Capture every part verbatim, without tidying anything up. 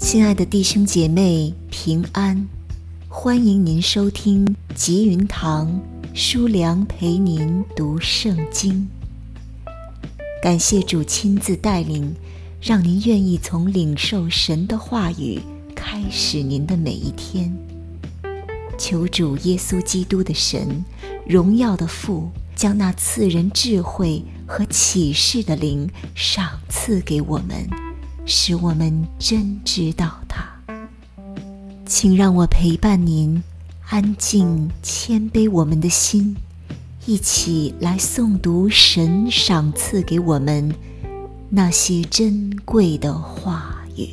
亲爱的弟兄姐妹，平安！欢迎您收听吉云堂书良陪您读圣经。感谢主亲自带领，让您愿意从领受神的话语开始您的每一天。求主耶稣基督的神，荣耀的父，将那赐人智慧和启示的灵赏赐给我们，使我们真知道他。请让我陪伴您，安静谦卑我们的心，一起来诵读神赏赐给我们那些珍贵的话语。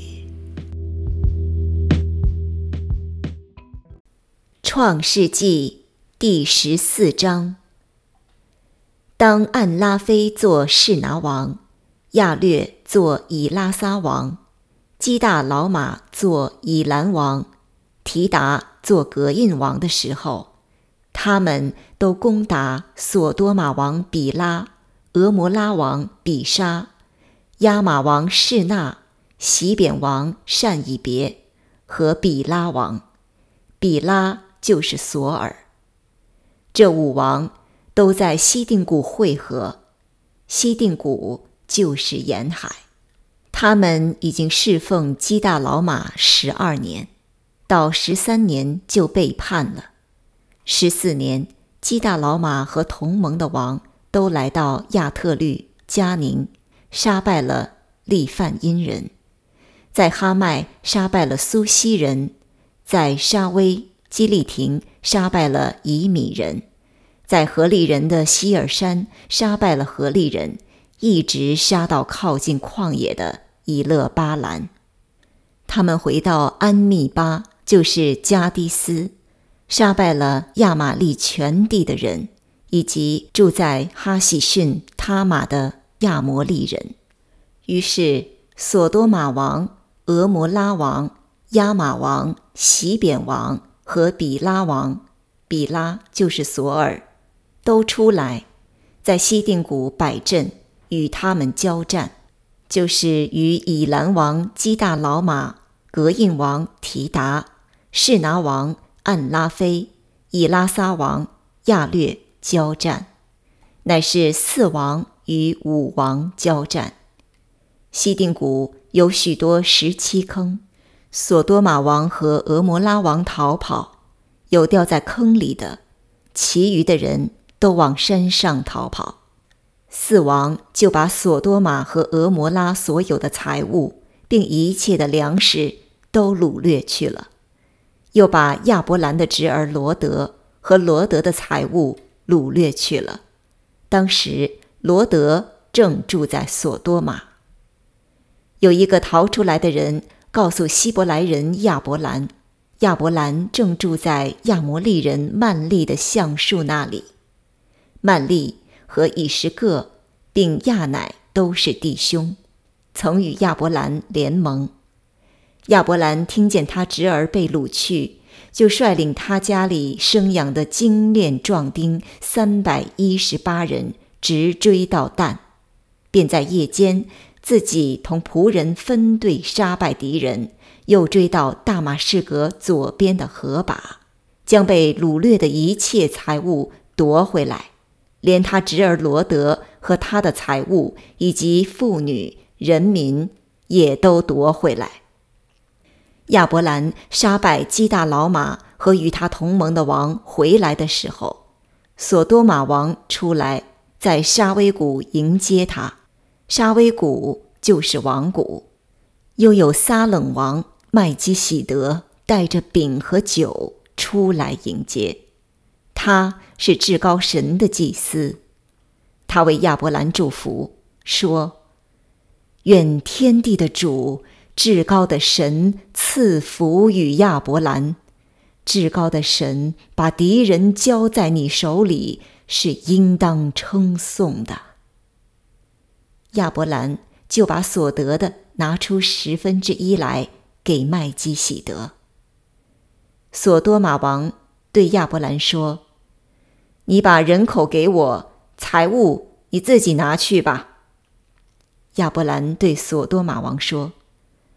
创世纪第十四章。当暗拉菲做示拿王，亚略做以拉撒王，基大老马做以兰王，提达做革印王的时候，他们都攻打索多玛王比拉、俄摩拉王比沙、亚玛王示那、洗扁王善以别和比拉王。比拉就是索尔。这五王都在西定谷会合，西定谷就是沿海。他们已经侍奉基大老马十二年，到十三年就背叛了。十四年，基大老马和同盟的王都来到亚特律、迦宁，杀败了利范因人，在哈麦杀败了苏西人，在沙威、基利亭杀败了以米人，在何利人的希尔山杀败了何利人，一直杀到靠近旷野的以勒巴兰。他们回到安密巴，就是加迪斯，杀败了亚玛利全地的人，以及住在哈喜逊他玛的亚摩利人。于是索多玛王、俄摩拉王、亚玛王、洗扁王和比拉王，比拉就是索尔，都出来，在西定谷摆阵，与他们交战，就是与以兰王基大老马、革印王提达、示拿王暗拉菲、以拉撒王亚略交战，乃是四王与五王交战。西定谷有许多石漆坑，索多玛王和俄摩拉王逃跑，有掉在坑里的，其余的人都往山上逃跑。四王就把索多玛和俄摩拉所有的财物，并一切的粮食都掳掠去了，又把亚伯兰的侄儿罗德和罗德的财物掳掠去了。当时罗德正住在索多玛。有一个逃出来的人告诉希伯来人亚伯兰，亚伯兰正住在亚摩利人曼利的橡树那里。曼利和以实各并亚乃都是弟兄，曾与亚伯兰联盟。亚伯兰听见他侄儿被掳去，就率领他家里生养的精练壮丁三百一十八人，直追到但，便在夜间自己同仆人分队杀败敌人，又追到大马士革左边的河靶，将被掳掠的一切财物夺回来，连他侄儿罗德和他的财物以及妇女人民也都夺回来。亚伯兰杀败基大老马和与他同盟的王回来的时候，索多玛王出来，在沙威谷迎接他。沙威谷就是王谷。又有撒冷王麦基喜德带着饼和酒出来迎接，他是至高神的祭司。他为亚伯兰祝福，说：愿天地的主，至高的神赐福与亚伯兰。至高的神把敌人交在你手里，是应当称颂的。亚伯兰就把所得的拿出十分之一来给麦基喜德。索多玛王对亚伯兰说：你把人口给我，财物你自己拿去吧。亚伯兰对索多玛王说：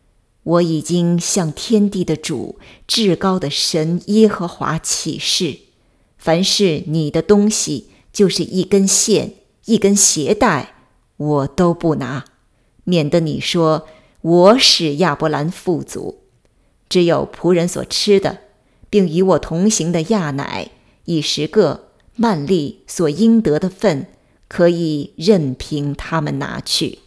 我已经向天地的主，至高的神耶和华起誓，凡是你的东西，就是一根线，一根鞋带，我都不拿，免得你说我使亚伯兰富足。只有仆人所吃的，并与我同行的亚乃以十个曼利所应得的份，可以任凭他们拿去。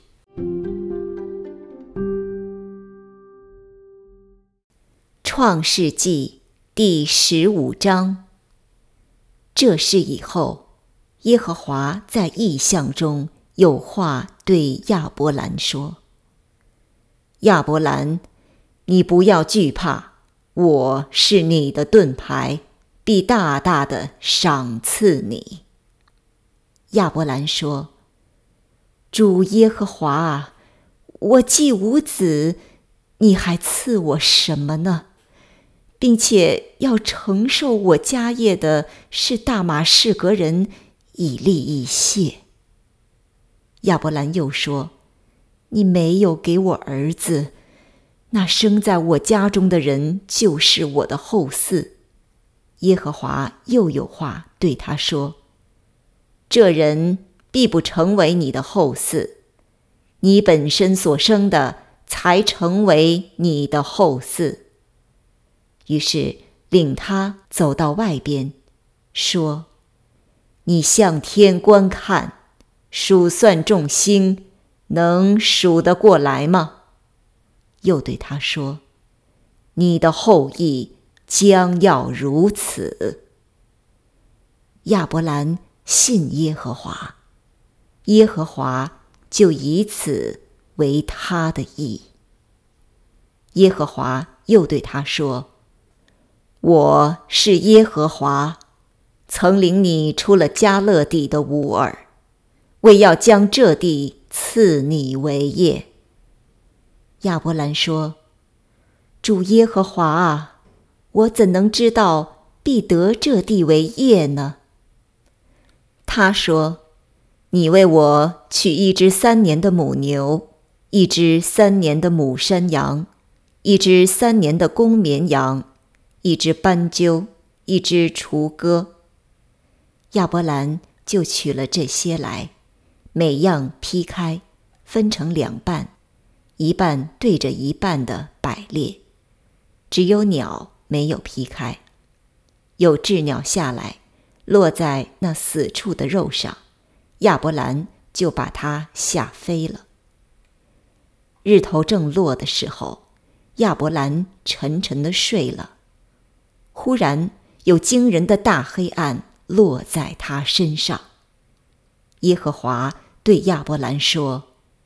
创世纪第十五章。这事以后，耶和华在异象中有话对亚伯兰说：亚伯兰，你不要惧怕，我是你的盾牌，必大大的赏赐你。亚伯兰说：主耶和华啊，我既无子，你还赐我什么呢？并且要承受我家业的是大马士革人以利以谢。亚伯兰又说：你没有给我儿子，那生在我家中的人就是我的后嗣。耶和华又有话对他说：这人必不成为你的后嗣，你本身所生的才成为你的后嗣。于是领他走到外边，说：你向天观看，数算众星，能数得过来吗？又对他说：你的后裔将要如此。亚伯兰信耶和华，耶和华就以此为他的义。耶和华又对他说：我是耶和华，曾领你出了迦勒地的乌尔，为要将这地赐你为业。亚伯兰说：主耶和华啊，我怎能知道必得这地为业呢？他说：你为我取一只三年的母牛，一只三年的母山羊，一只三年的公绵羊，一只斑鸠，一只雏鸽。亚伯兰就取了这些来，每样劈开，分成两半，一半对着一半的摆列，只有鸟没有劈开。有鸷鸟下来，落在那死处的肉上，亚伯兰就把它吓飞了。日头正落的时候，亚伯兰沉沉地睡了。忽然有惊人的大黑暗落在他身上。耶和华对亚伯兰说：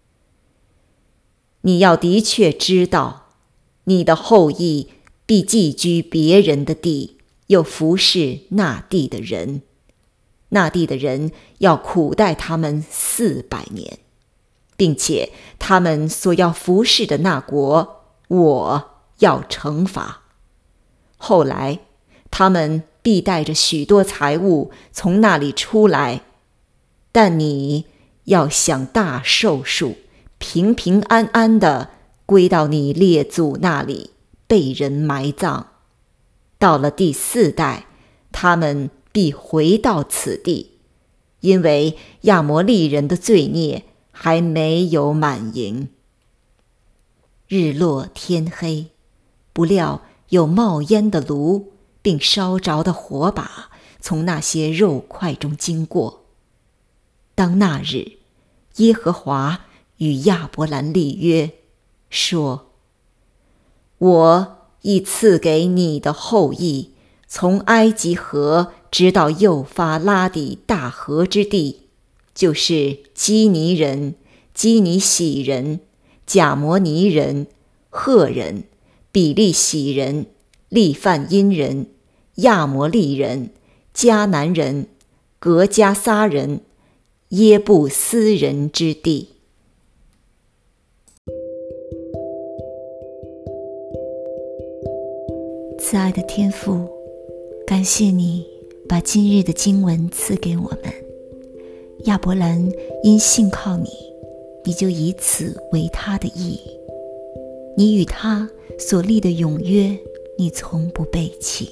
你要的确知道，你的后裔必寄居别人的地，又服侍那地的人，那地的人要苦待他们四百年，并且他们所要服侍的那国，我要惩罚。后来他们必带着许多财物从那里出来，但你要享大寿数，平平安安地归到你列祖那里，被人埋葬。到了第四代，他们必回到此地，因为亚摩利人的罪孽还没有满盈。日落天黑，不料有冒烟的炉，并烧着的火把从那些肉块中经过。当那日，耶和华与亚伯兰立约，说：我已赐给你的后裔，从埃及河直到幼发拉底大河之地，就是基尼人、基尼喜人、贾摩尼人、赫人、比利洗人、利范因人、亚摩利人、迦南人、革迦撒人、耶布斯人之地。 慈爱的天父，感谢你把今日的经文赐给我们。亚伯兰因信靠你，你就以此为他的义。 你与他所立的永约，你从不背弃。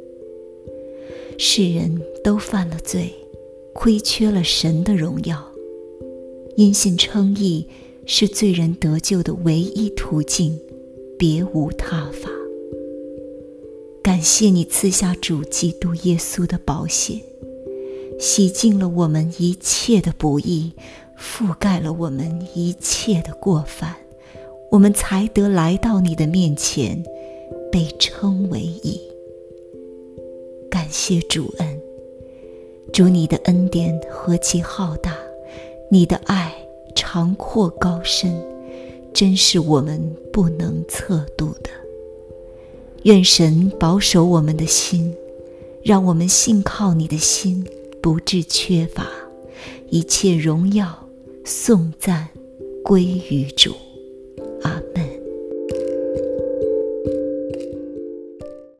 世人都犯了罪，亏缺了神的荣耀，因信称义是罪人得救的唯一途径，别无他法。感谢你赐下主基督耶稣的宝血，洗净了我们一切的不义，覆盖了我们一切的过犯，我们才得来到你的面前，被称为义。感谢主恩，主你的恩典何其浩大，你的爱长阔高深，真是我们不能测度的。愿神保守我们的心，让我们信靠你的心不致缺乏，一切荣耀颂赞归于主。